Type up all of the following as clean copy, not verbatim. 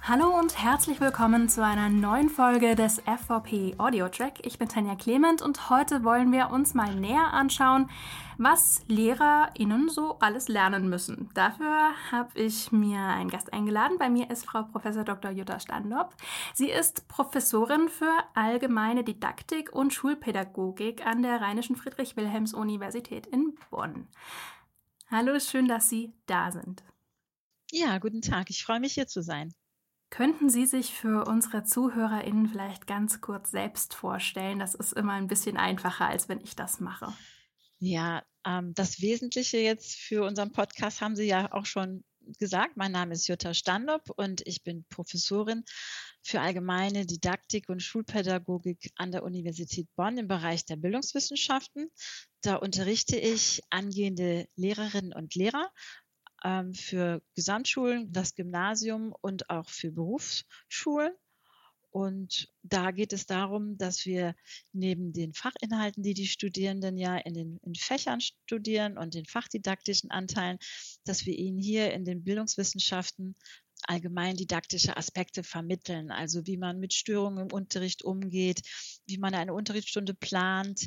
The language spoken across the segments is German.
Hallo und herzlich willkommen zu einer neuen Folge des FVP Audio Track. Ich bin Tanja Clement und heute wollen wir uns mal näher anschauen, was LehrerInnen so alles lernen müssen. Dafür habe ich mir einen Gast eingeladen. Bei mir ist Frau Prof. Dr. Jutta Standop. Sie ist Professorin für allgemeine Didaktik und Schulpädagogik an der Rheinischen Friedrich-Wilhelms-Universität in Bonn. Hallo, schön, dass Sie da sind. Ja, guten Tag. Ich freue mich, hier zu sein. Könnten Sie sich für unsere ZuhörerInnen vielleicht ganz kurz selbst vorstellen? Das ist immer ein bisschen einfacher, als wenn ich das mache. Ja, das Wesentliche jetzt für unseren Podcast haben Sie ja auch schon gesagt. Mein Name ist Jutta Standop und ich bin Professorin für allgemeine Didaktik und Schulpädagogik an der Universität Bonn im Bereich der Bildungswissenschaften. Da unterrichte ich angehende Lehrerinnen und Lehrer für Gesamtschulen, das Gymnasium und auch für Berufsschulen. Und da geht es darum, dass wir neben den Fachinhalten, die die Studierenden ja in Fächern studieren und den fachdidaktischen Anteilen, dass wir ihnen hier in den Bildungswissenschaften allgemein didaktische Aspekte vermitteln, also wie man mit Störungen im Unterricht umgeht, wie man eine Unterrichtsstunde plant,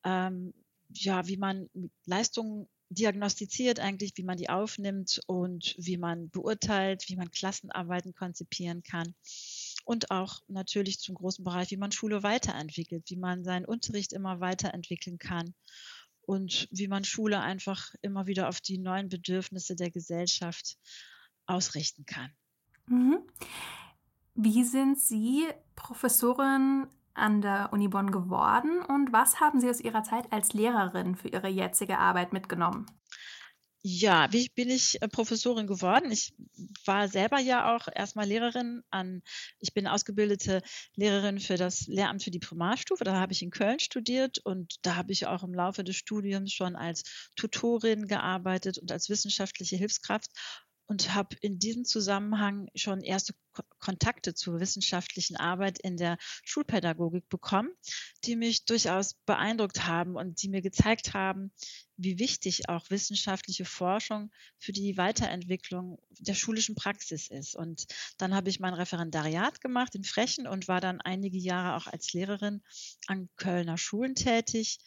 wie man Leistungen diagnostiziert eigentlich, wie man die aufnimmt und wie man beurteilt, wie man Klassenarbeiten konzipieren kann. Und auch natürlich zum großen Bereich, wie man Schule weiterentwickelt, wie man seinen Unterricht immer weiterentwickeln kann und wie man Schule einfach immer wieder auf die neuen Bedürfnisse der Gesellschaft ausrichten kann. Mhm. Wie sind Sie Professorin an der Uni Bonn geworden und was haben Sie aus Ihrer Zeit als Lehrerin für Ihre jetzige Arbeit mitgenommen? Ja, wie bin ich Professorin geworden? Ich war selber ja auch erstmal Lehrerin ich bin ausgebildete Lehrerin für das Lehramt für die Primarstufe. Da habe ich in Köln studiert und da habe ich auch im Laufe des Studiums schon als Tutorin gearbeitet und als wissenschaftliche Hilfskraft und habe in diesem Zusammenhang schon erste Kontakte zur wissenschaftlichen Arbeit in der Schulpädagogik bekommen, die mich durchaus beeindruckt haben und die mir gezeigt haben, wie wichtig auch wissenschaftliche Forschung für die Weiterentwicklung der schulischen Praxis ist. Und dann habe ich mein Referendariat gemacht in Frechen und war dann einige Jahre auch als Lehrerin an Kölner Schulen tätig,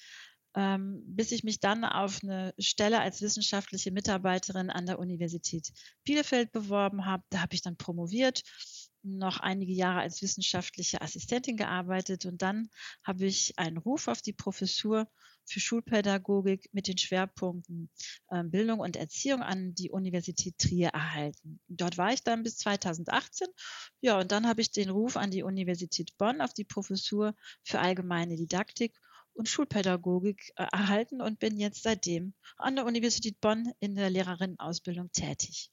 bis ich mich dann auf eine Stelle als wissenschaftliche Mitarbeiterin an der Universität Bielefeld beworben habe. Da habe ich dann promoviert, noch einige Jahre als wissenschaftliche Assistentin gearbeitet und dann habe ich einen Ruf auf die Professur für Schulpädagogik mit den Schwerpunkten Bildung und Erziehung an die Universität Trier erhalten. Dort war ich dann bis 2018. Ja, und dann habe ich den Ruf an die Universität Bonn auf die Professur für allgemeine Didaktik und Schulpädagogik erhalten und bin jetzt seitdem an der Universität Bonn in der Lehrerinnenausbildung tätig.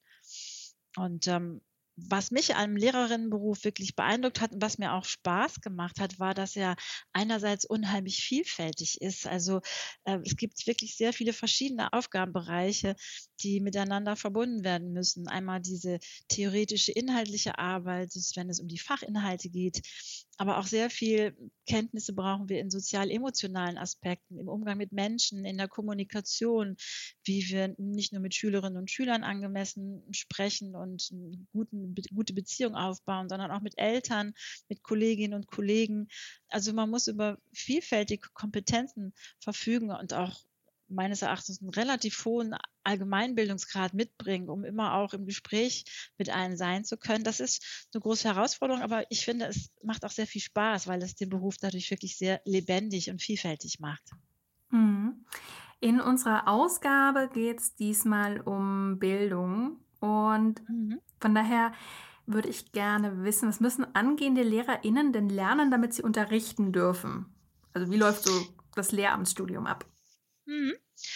Und was mich am Lehrerinnenberuf wirklich beeindruckt hat und was mir auch Spaß gemacht hat, war, dass er einerseits unheimlich vielfältig ist. Also es gibt wirklich sehr viele verschiedene Aufgabenbereiche, die miteinander verbunden werden müssen. Einmal diese theoretische, inhaltliche Arbeit, wenn es um die Fachinhalte geht, aber auch sehr viel Kenntnisse brauchen wir in sozial-emotionalen Aspekten, im Umgang mit Menschen, in der Kommunikation, wie wir nicht nur mit Schülerinnen und Schülern angemessen sprechen und eine gute Beziehung aufbauen, sondern auch mit Eltern, mit Kolleginnen und Kollegen. Also man muss über vielfältige Kompetenzen verfügen und auch meines Erachtens einen relativ hohen Allgemeinbildungsgrad mitbringen, um immer auch im Gespräch mit allen sein zu können. Das ist eine große Herausforderung, aber ich finde, es macht auch sehr viel Spaß, weil es den Beruf dadurch wirklich sehr lebendig und vielfältig macht. Mhm. In unserer Ausgabe geht es diesmal um Bildung und von daher würde ich gerne wissen, was müssen angehende LehrerInnen denn lernen, damit sie unterrichten dürfen? Also wie läuft so das Lehramtsstudium ab? Mhm.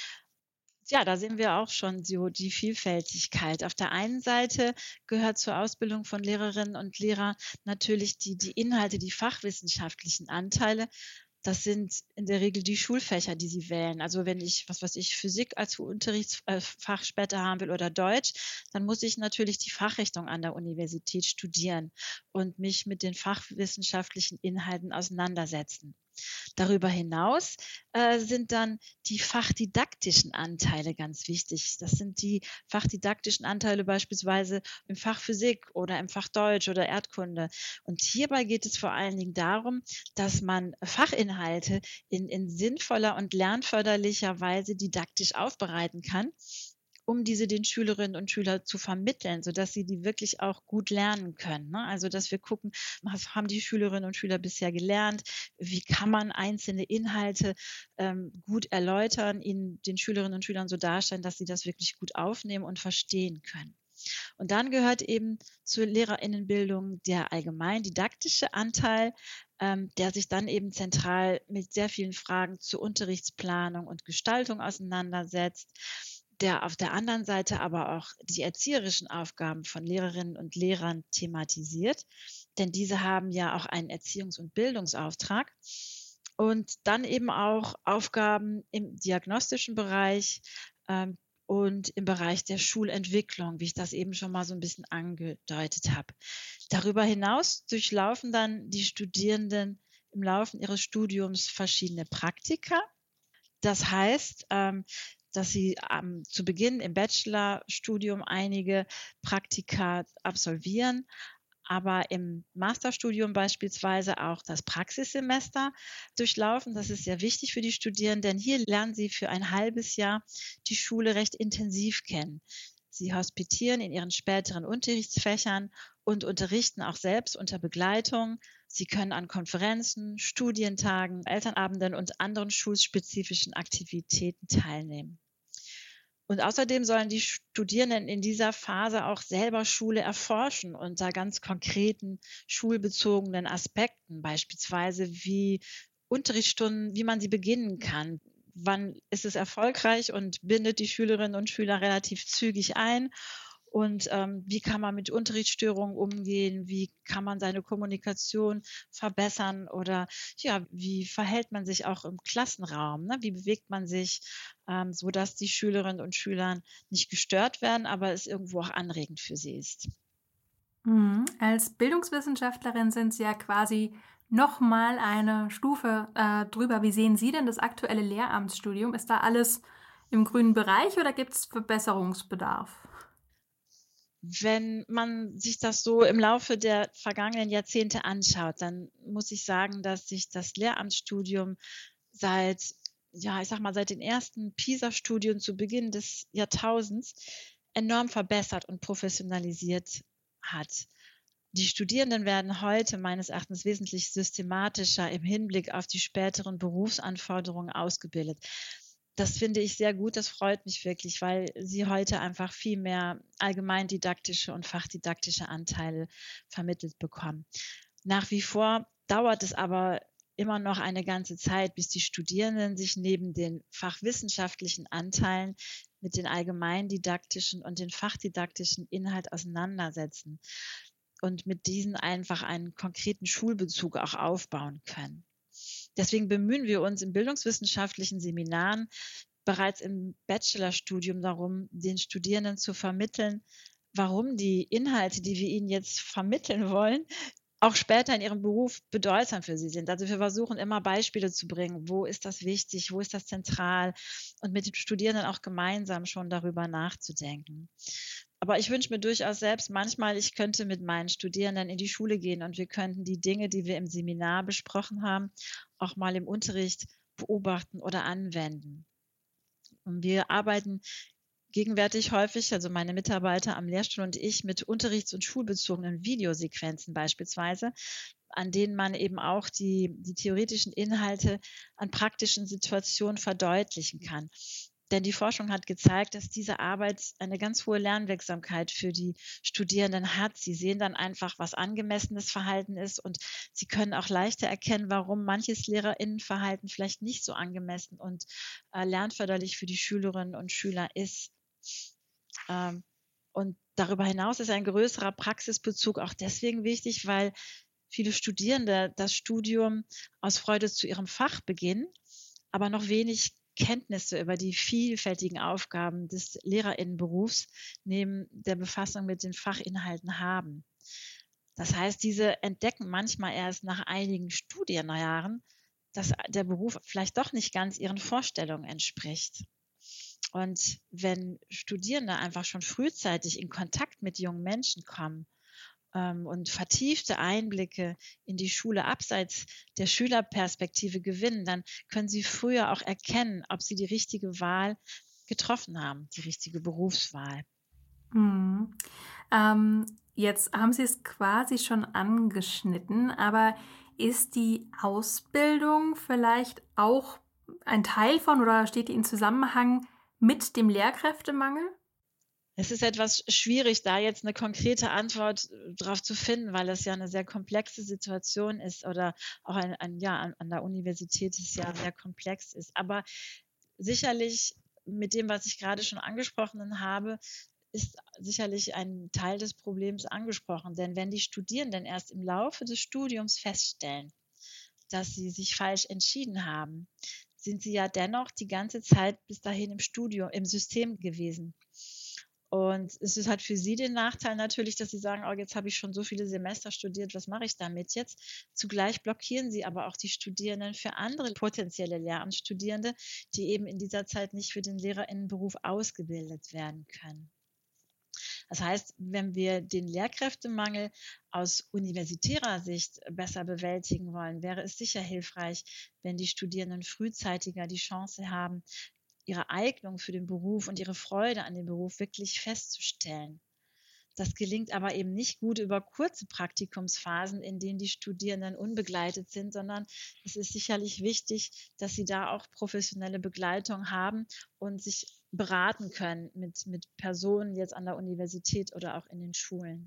Ja, da sehen wir auch schon so die Vielfältigkeit. Auf der einen Seite gehört zur Ausbildung von Lehrerinnen und Lehrern natürlich die Inhalte, die fachwissenschaftlichen Anteile. Das sind in der Regel die Schulfächer, die sie wählen. Also wenn ich, Physik als Unterrichtsfach später haben will oder Deutsch, dann muss ich natürlich die Fachrichtung an der Universität studieren und mich mit den fachwissenschaftlichen Inhalten auseinandersetzen. Darüber hinaus sind dann die fachdidaktischen Anteile ganz wichtig. Das sind die fachdidaktischen Anteile beispielsweise im Fach Physik oder im Fach Deutsch oder Erdkunde. Und hierbei geht es vor allen Dingen darum, dass man Fachinhalte in sinnvoller und lernförderlicher Weise didaktisch aufbereiten kann, um diese den Schülerinnen und Schülern zu vermitteln, sodass sie die wirklich auch gut lernen können. Ne? Also, dass wir gucken, was haben die Schülerinnen und Schüler bisher gelernt, wie kann man einzelne Inhalte gut erläutern, ihnen den Schülerinnen und Schülern so darstellen, dass sie das wirklich gut aufnehmen und verstehen können. Und dann gehört eben zur Lehrerinnenbildung der allgemein didaktische Anteil, der sich dann eben zentral mit sehr vielen Fragen zur Unterrichtsplanung und Gestaltung auseinandersetzt, der auf der anderen Seite aber auch die erzieherischen Aufgaben von Lehrerinnen und Lehrern thematisiert, denn diese haben ja auch einen Erziehungs- und Bildungsauftrag. Und dann eben auch Aufgaben im diagnostischen Bereich und im Bereich der Schulentwicklung, wie ich das eben schon mal so ein bisschen angedeutet habe. Darüber hinaus durchlaufen dann die Studierenden im Laufe ihres Studiums verschiedene Praktika. Das heißt, dass sie zu Beginn im Bachelorstudium einige Praktika absolvieren, aber im Masterstudium beispielsweise auch das Praxissemester durchlaufen. Das ist sehr wichtig für die Studierenden, denn hier lernen sie für ein halbes Jahr die Schule recht intensiv kennen. Sie hospitieren in ihren späteren Unterrichtsfächern und unterrichten auch selbst unter Begleitung. Sie können an Konferenzen, Studientagen, Elternabenden und anderen schulspezifischen Aktivitäten teilnehmen. Und außerdem sollen die Studierenden in dieser Phase auch selber Schule erforschen unter ganz konkreten schulbezogenen Aspekten, beispielsweise wie Unterrichtsstunden, wie man sie beginnen kann. Wann ist es erfolgreich und bindet die Schülerinnen und Schüler relativ zügig ein? Und wie kann man mit Unterrichtsstörungen umgehen? Wie kann man seine Kommunikation verbessern? Oder ja, wie verhält man sich auch im Klassenraum? Ne? Wie bewegt man sich, sodass die Schülerinnen und Schüler nicht gestört werden, aber es irgendwo auch anregend für sie ist? Als Bildungswissenschaftlerin sind Sie ja quasi nochmal eine Stufe drüber. Wie sehen Sie denn das aktuelle Lehramtsstudium? Ist da alles im grünen Bereich oder gibt es Verbesserungsbedarf? Wenn man sich das so im Laufe der vergangenen Jahrzehnte anschaut, dann muss ich sagen, dass sich das Lehramtsstudium seit den ersten PISA-Studien zu Beginn des Jahrtausends enorm verbessert und professionalisiert hat. Die Studierenden werden heute meines Erachtens wesentlich systematischer im Hinblick auf die späteren Berufsanforderungen ausgebildet. Das finde ich sehr gut, das freut mich wirklich, weil sie heute einfach viel mehr allgemeindidaktische und fachdidaktische Anteile vermittelt bekommen. Nach wie vor dauert es aber immer noch eine ganze Zeit, bis die Studierenden sich neben den fachwissenschaftlichen Anteilen mit den allgemeindidaktischen und den fachdidaktischen Inhalt auseinandersetzen und mit diesen einfach einen konkreten Schulbezug auch aufbauen können. Deswegen bemühen wir uns in bildungswissenschaftlichen Seminaren bereits im Bachelorstudium darum, den Studierenden zu vermitteln, warum die Inhalte, die wir ihnen jetzt vermitteln wollen, auch später in ihrem Beruf bedeutsam für sie sind. Also wir versuchen immer Beispiele zu bringen, wo ist das wichtig, wo ist das zentral und mit den Studierenden auch gemeinsam schon darüber nachzudenken. Aber ich wünsche mir durchaus selbst manchmal, ich könnte mit meinen Studierenden in die Schule gehen und wir könnten die Dinge, die wir im Seminar besprochen haben, auch mal im Unterricht beobachten oder anwenden. Und wir arbeiten gegenwärtig häufig, also meine Mitarbeiter am Lehrstuhl und ich, mit unterrichts- und schulbezogenen Videosequenzen beispielsweise, an denen man eben auch die theoretischen Inhalte an praktischen Situationen verdeutlichen kann. Denn die Forschung hat gezeigt, dass diese Arbeit eine ganz hohe Lernwirksamkeit für die Studierenden hat. Sie sehen dann einfach, was angemessenes Verhalten ist und sie können auch leichter erkennen, warum manches LehrerInnenverhalten vielleicht nicht so angemessen und lernförderlich für die Schülerinnen und Schüler ist. Und darüber hinaus ist ein größerer Praxisbezug auch deswegen wichtig, weil viele Studierende das Studium aus Freude zu ihrem Fach beginnen, aber noch wenig Kenntnisse über die vielfältigen Aufgaben des LehrerInnenberufs neben der Befassung mit den Fachinhalten haben. Das heißt, diese entdecken manchmal erst nach einigen Studienjahren, dass der Beruf vielleicht doch nicht ganz ihren Vorstellungen entspricht. Und wenn Studierende einfach schon frühzeitig in Kontakt mit jungen Menschen kommen und vertiefte Einblicke in die Schule abseits der Schülerperspektive gewinnen, dann können sie früher auch erkennen, ob sie die richtige Wahl getroffen haben, die richtige Berufswahl. Mhm. Jetzt haben Sie es quasi schon angeschnitten, aber ist die Ausbildung vielleicht auch ein Teil von oder steht die in Zusammenhang mit dem Lehrkräftemangel? Es ist etwas schwierig, da jetzt eine konkrete Antwort drauf zu finden, weil es ja eine sehr komplexe Situation ist oder auch an der Universität es ja sehr komplex ist. Aber sicherlich mit dem, was ich gerade schon angesprochen habe, ist sicherlich ein Teil des Problems angesprochen. Denn wenn die Studierenden erst im Laufe des Studiums feststellen, dass sie sich falsch entschieden haben, sind sie ja dennoch die ganze Zeit bis dahin im System gewesen. Und es ist halt für sie den Nachteil natürlich, dass sie sagen, oh, jetzt habe ich schon so viele Semester studiert, was mache ich damit jetzt? Zugleich blockieren sie aber auch die Studierenden für andere potenzielle Lehramtsstudierende, die eben in dieser Zeit nicht für den Lehrerinnenberuf ausgebildet werden können. Das heißt, wenn wir den Lehrkräftemangel aus universitärer Sicht besser bewältigen wollen, wäre es sicher hilfreich, wenn die Studierenden frühzeitiger die Chance haben, ihre Eignung für den Beruf und ihre Freude an dem Beruf wirklich festzustellen. Das gelingt aber eben nicht gut über kurze Praktikumsphasen, in denen die Studierenden unbegleitet sind, sondern es ist sicherlich wichtig, dass sie da auch professionelle Begleitung haben und sich beraten können mit Personen jetzt an der Universität oder auch in den Schulen.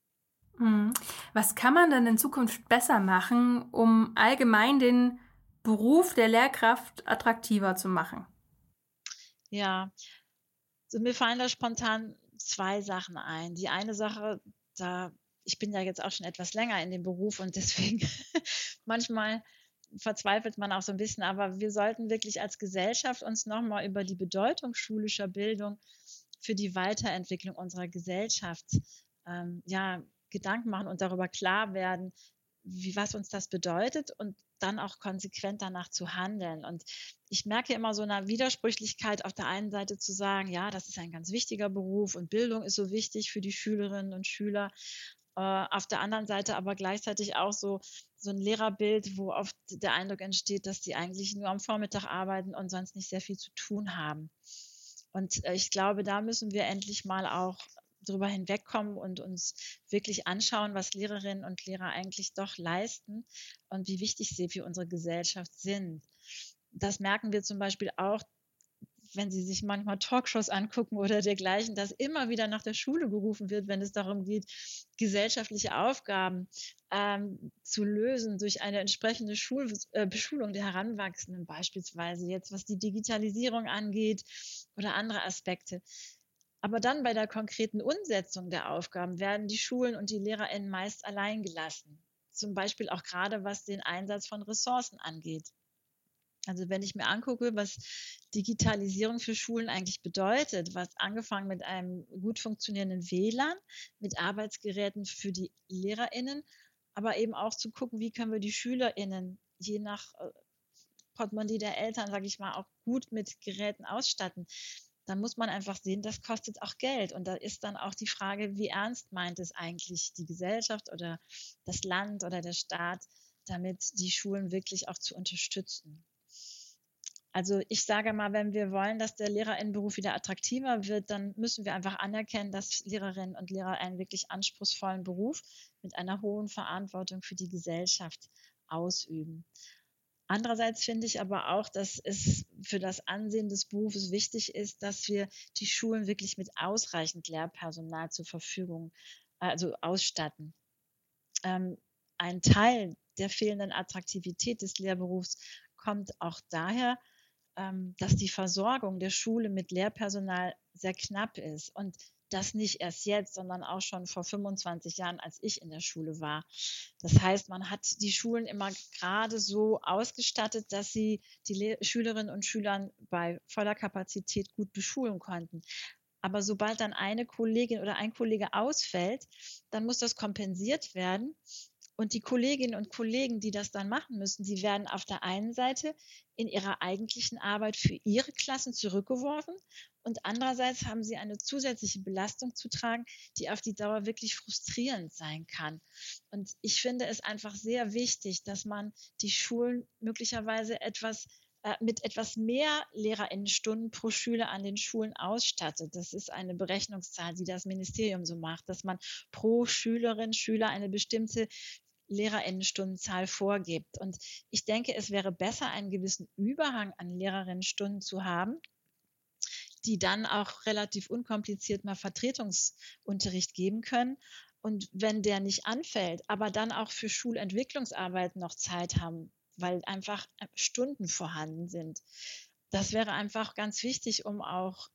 Was kann man denn in Zukunft besser machen, um allgemein den Beruf der Lehrkraft attraktiver zu machen? Ja, so mir fallen da spontan 2 Sachen ein. Die eine Sache, ich bin ja jetzt auch schon etwas länger in dem Beruf und deswegen manchmal verzweifelt man auch so ein bisschen, aber wir sollten wirklich als Gesellschaft uns nochmal über die Bedeutung schulischer Bildung für die Weiterentwicklung unserer Gesellschaft Gedanken machen und darüber klar werden, was uns das bedeutet und dann auch konsequent danach zu handeln. Und ich merke immer so eine Widersprüchlichkeit auf der einen Seite zu sagen, ja, das ist ein ganz wichtiger Beruf und Bildung ist so wichtig für die Schülerinnen und Schüler. Auf der anderen Seite aber gleichzeitig auch so ein Lehrerbild, wo oft der Eindruck entsteht, dass die eigentlich nur am Vormittag arbeiten und sonst nicht sehr viel zu tun haben. Und ich glaube, da müssen wir endlich mal auch drüber hinwegkommen und uns wirklich anschauen, was Lehrerinnen und Lehrer eigentlich doch leisten und wie wichtig sie für unsere Gesellschaft sind. Das merken wir zum Beispiel auch, wenn Sie sich manchmal Talkshows angucken oder dergleichen, dass immer wieder nach der Schule gerufen wird, wenn es darum geht, gesellschaftliche Aufgaben zu lösen durch eine entsprechende Beschulung der Heranwachsenden, beispielsweise jetzt, was die Digitalisierung angeht oder andere Aspekte. Aber dann bei der konkreten Umsetzung der Aufgaben werden die Schulen und die LehrerInnen meist allein gelassen. Zum Beispiel auch gerade, was den Einsatz von Ressourcen angeht. Also wenn ich mir angucke, was Digitalisierung für Schulen eigentlich bedeutet, was angefangen mit einem gut funktionierenden WLAN, mit Arbeitsgeräten für die LehrerInnen, aber eben auch zu gucken, wie können wir die SchülerInnen je nach Portemonnaie der Eltern, sage ich mal, auch gut mit Geräten ausstatten. Dann muss man einfach sehen, das kostet auch Geld. Und da ist dann auch die Frage, wie ernst meint es eigentlich die Gesellschaft oder das Land oder der Staat, damit die Schulen wirklich auch zu unterstützen. Also ich sage mal, wenn wir wollen, dass der Lehrerinnenberuf wieder attraktiver wird, dann müssen wir einfach anerkennen, dass Lehrerinnen und Lehrer einen wirklich anspruchsvollen Beruf mit einer hohen Verantwortung für die Gesellschaft ausüben. Andererseits finde ich aber auch, dass es für das Ansehen des Berufes wichtig ist, dass wir die Schulen wirklich mit ausreichend Lehrpersonal zur Verfügung, ausstatten. Ein Teil der fehlenden Attraktivität des Lehrberufs kommt auch daher, dass die Versorgung der Schule mit Lehrpersonal sehr knapp ist und das nicht erst jetzt, sondern auch schon vor 25 Jahren, als ich in der Schule war. Das heißt, man hat die Schulen immer gerade so ausgestattet, dass sie die Schülerinnen und Schüler bei voller Kapazität gut beschulen konnten. Aber sobald dann eine Kollegin oder ein Kollege ausfällt, dann muss das kompensiert werden. Und die Kolleginnen und Kollegen, die das dann machen müssen, die werden auf der einen Seite in ihrer eigentlichen Arbeit für ihre Klassen zurückgeworfen und andererseits haben sie eine zusätzliche Belastung zu tragen, die auf die Dauer wirklich frustrierend sein kann. Und ich finde es einfach sehr wichtig, dass man die Schulen möglicherweise mit etwas mehr LehrerInnenstunden pro Schüler an den Schulen ausstattet. Das ist eine Berechnungszahl, die das Ministerium so macht, dass man pro Schülerin, Schüler eine bestimmte LehrerInnenstundenzahl vorgibt. Und ich denke, es wäre besser, einen gewissen Überhang an Lehrerinnenstunden zu haben, die dann auch relativ unkompliziert mal Vertretungsunterricht geben können. Und wenn der nicht anfällt, aber dann auch für Schulentwicklungsarbeit noch Zeit haben, weil einfach Stunden vorhanden sind. Das wäre einfach ganz wichtig, um auch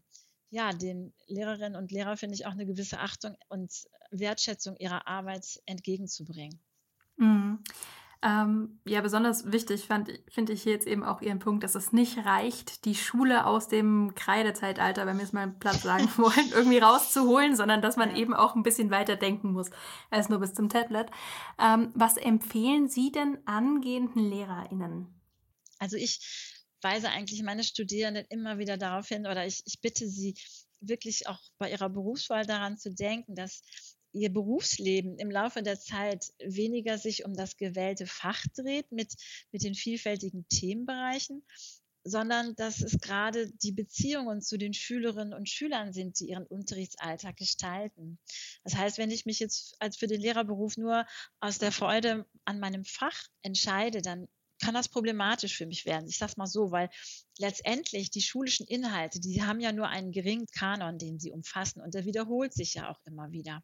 den Lehrerinnen und Lehrern, finde ich, auch eine gewisse Achtung und Wertschätzung ihrer Arbeit entgegenzubringen. Mhm. Ja, besonders wichtig finde ich hier jetzt eben auch Ihren Punkt, dass es nicht reicht, die Schule aus dem Kreidezeitalter, wenn wir es mal platt sagen wollen, irgendwie rauszuholen, sondern dass man eben auch ein bisschen weiter denken muss als nur bis zum Tablet. Was empfehlen Sie denn angehenden LehrerInnen? Also ich weise eigentlich meine Studierenden immer wieder darauf hin oder ich bitte sie wirklich auch bei ihrer Berufswahl daran zu denken, dass ihr Berufsleben im Laufe der Zeit weniger sich um das gewählte Fach dreht mit den vielfältigen Themenbereichen, sondern dass es gerade die Beziehungen zu den Schülerinnen und Schülern sind, die ihren Unterrichtsalltag gestalten. Das heißt, wenn ich mich jetzt als für den Lehrerberuf nur aus der Freude an meinem Fach entscheide, dann kann das problematisch für mich werden. Ich sage es mal so, weil letztendlich die schulischen Inhalte, die haben ja nur einen geringen Kanon, den sie umfassen und der wiederholt sich ja auch immer wieder.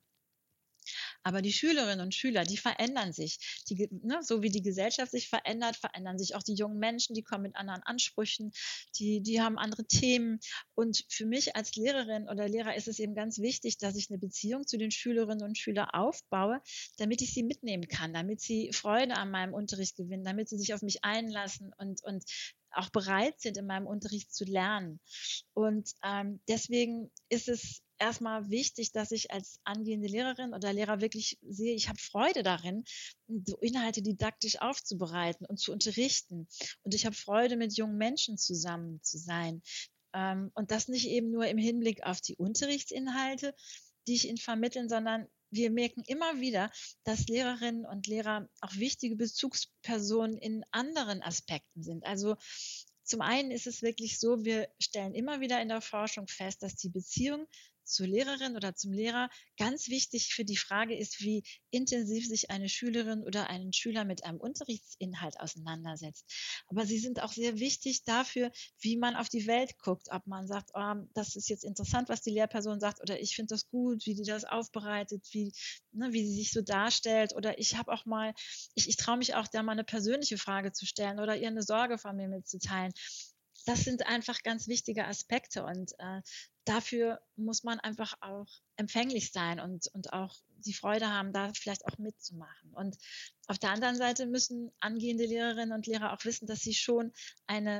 Aber die Schülerinnen und Schüler, die verändern sich. So wie die Gesellschaft sich verändert, verändern sich auch die jungen Menschen, die kommen mit anderen Ansprüchen, die haben andere Themen. Und für mich als Lehrerin oder Lehrer ist es eben ganz wichtig, dass ich eine Beziehung zu den Schülerinnen und Schülern aufbaue, damit ich sie mitnehmen kann, damit sie Freude an meinem Unterricht gewinnen, damit sie sich auf mich einlassen und auch bereit sind, in meinem Unterricht zu lernen. Und deswegen ist es erstmal wichtig, dass ich als angehende Lehrerin oder Lehrer wirklich sehe, ich habe Freude darin, so Inhalte didaktisch aufzubereiten und zu unterrichten. Und ich habe Freude, mit jungen Menschen zusammen zu sein. Und das nicht eben nur im Hinblick auf die Unterrichtsinhalte, die ich ihnen vermitteln, sondern wir merken immer wieder, dass Lehrerinnen und Lehrer auch wichtige Bezugspersonen in anderen Aspekten sind. Also zum einen ist es wirklich so, wir stellen immer wieder in der Forschung fest, dass die Beziehung zur Lehrerin oder zum Lehrer ganz wichtig für die Frage ist, wie intensiv sich eine Schülerin oder ein Schüler mit einem Unterrichtsinhalt auseinandersetzt. Aber sie sind auch sehr wichtig dafür, wie man auf die Welt guckt, ob man sagt, oh, das ist jetzt interessant, was die Lehrperson sagt, oder ich finde das gut, wie die das aufbereitet, wie sie sich so darstellt, oder ich habe auch mal, ich traue mich auch, da mal eine persönliche Frage zu stellen oder ihr eine Sorge von mir mitzuteilen. Das sind einfach ganz wichtige Aspekte und dafür muss man einfach auch empfänglich sein und auch die Freude haben, da vielleicht auch mitzumachen. Und auf der anderen Seite müssen angehende Lehrerinnen und Lehrer auch wissen, dass sie schon eine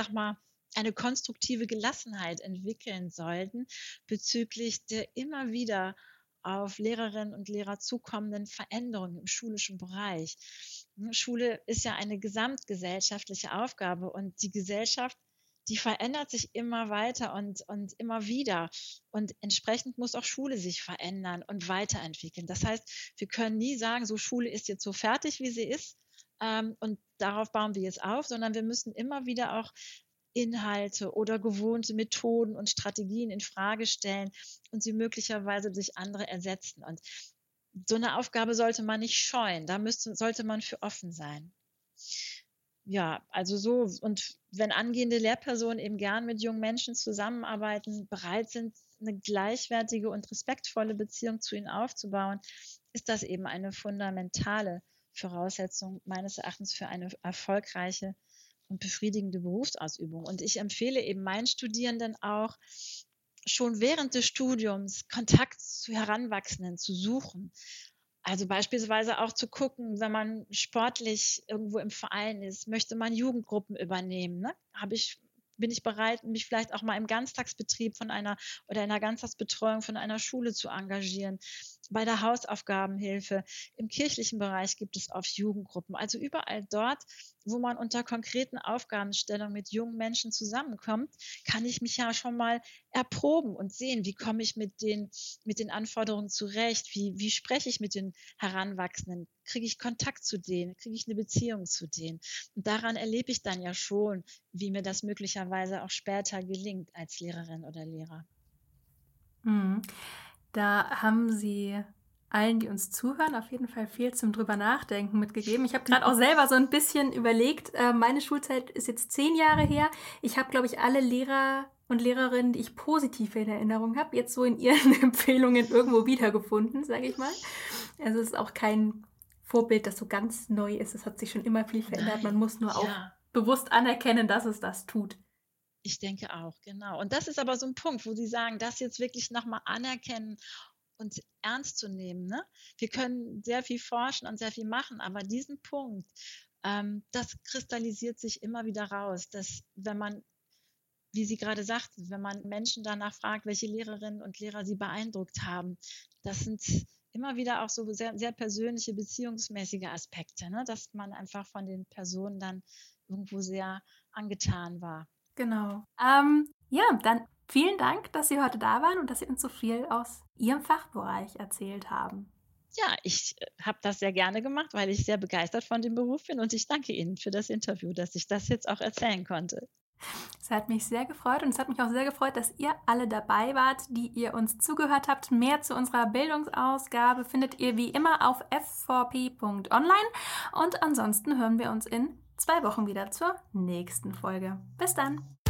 konstruktive Gelassenheit entwickeln sollten bezüglich der immer wieder auf Lehrerinnen und Lehrer zukommenden Veränderungen im schulischen Bereich. Schule ist ja eine gesamtgesellschaftliche Aufgabe und die Gesellschaft, die verändert sich immer weiter und immer wieder. Und entsprechend muss auch Schule sich verändern und weiterentwickeln. Das heißt, wir können nie sagen, so Schule ist jetzt so fertig, wie sie ist und darauf bauen wir jetzt auf, sondern wir müssen immer wieder auch Inhalte oder gewohnte Methoden und Strategien in Frage stellen und sie möglicherweise durch andere ersetzen. Und so eine Aufgabe sollte man nicht scheuen. Da sollte man für offen sein. Ja, also so. Und wenn angehende Lehrpersonen eben gern mit jungen Menschen zusammenarbeiten, bereit sind, eine gleichwertige und respektvolle Beziehung zu ihnen aufzubauen, ist das eben eine fundamentale Voraussetzung meines Erachtens für eine erfolgreiche und befriedigende Berufsausübung. Und ich empfehle eben meinen Studierenden auch, schon während des Studiums Kontakt zu Heranwachsenden zu suchen. Also beispielsweise auch zu gucken, wenn man sportlich irgendwo im Verein ist, möchte man Jugendgruppen übernehmen. Ne? Habe ich bin ich bereit, mich vielleicht auch mal im Ganztagsbetrieb in einer Ganztagsbetreuung von einer Schule zu engagieren, bei der Hausaufgabenhilfe. Im kirchlichen Bereich gibt es oft Jugendgruppen. Also überall dort, wo man unter konkreten Aufgabenstellungen mit jungen Menschen zusammenkommt, kann ich mich ja schon mal erproben und sehen, wie komme ich mit den Anforderungen zurecht, wie spreche ich mit den Heranwachsenden, kriege ich Kontakt zu denen, kriege ich eine Beziehung zu denen. Und daran erlebe ich dann ja schon, wie mir das möglicherweise auch später gelingt als Lehrerin oder Lehrer. Da haben Sie allen, die uns zuhören, auf jeden Fall viel zum drüber nachdenken mitgegeben. Ich habe gerade auch selber so ein bisschen überlegt, meine Schulzeit ist jetzt 10 Jahre her. Ich habe, glaube ich, alle Lehrer und Lehrerinnen, die ich positiv in Erinnerung habe, jetzt so in ihren Empfehlungen irgendwo wiedergefunden, sage ich mal. Also es ist auch kein Vorbild, das so ganz neu ist. Es hat sich schon immer viel verändert. Man muss nur auch bewusst anerkennen, dass es das tut. Ich denke auch, genau. Und das ist aber so ein Punkt, wo Sie sagen, das jetzt wirklich nochmal anerkennen und ernst zu nehmen. Ne? Wir können sehr viel forschen und sehr viel machen, aber diesen Punkt, das kristallisiert sich immer wieder raus, dass wenn man, wie Sie gerade sagten, wenn man Menschen danach fragt, welche Lehrerinnen und Lehrer sie beeindruckt haben, das sind immer wieder auch so sehr, sehr persönliche, beziehungsmäßige Aspekte, ne? Dass man einfach von den Personen dann irgendwo sehr angetan war. Genau. Ja, dann vielen Dank, dass Sie heute da waren und dass Sie uns so viel aus Ihrem Fachbereich erzählt haben. Ja, ich habe das sehr gerne gemacht, weil ich sehr begeistert von dem Beruf bin und ich danke Ihnen für das Interview, dass ich das jetzt auch erzählen konnte. Es hat mich sehr gefreut und es hat mich auch sehr gefreut, dass ihr alle dabei wart, die ihr uns zugehört habt. Mehr zu unserer Bildungsausgabe findet ihr wie immer auf f4p.online und ansonsten hören wir uns in 2 Wochen wieder zur nächsten Folge. Bis dann!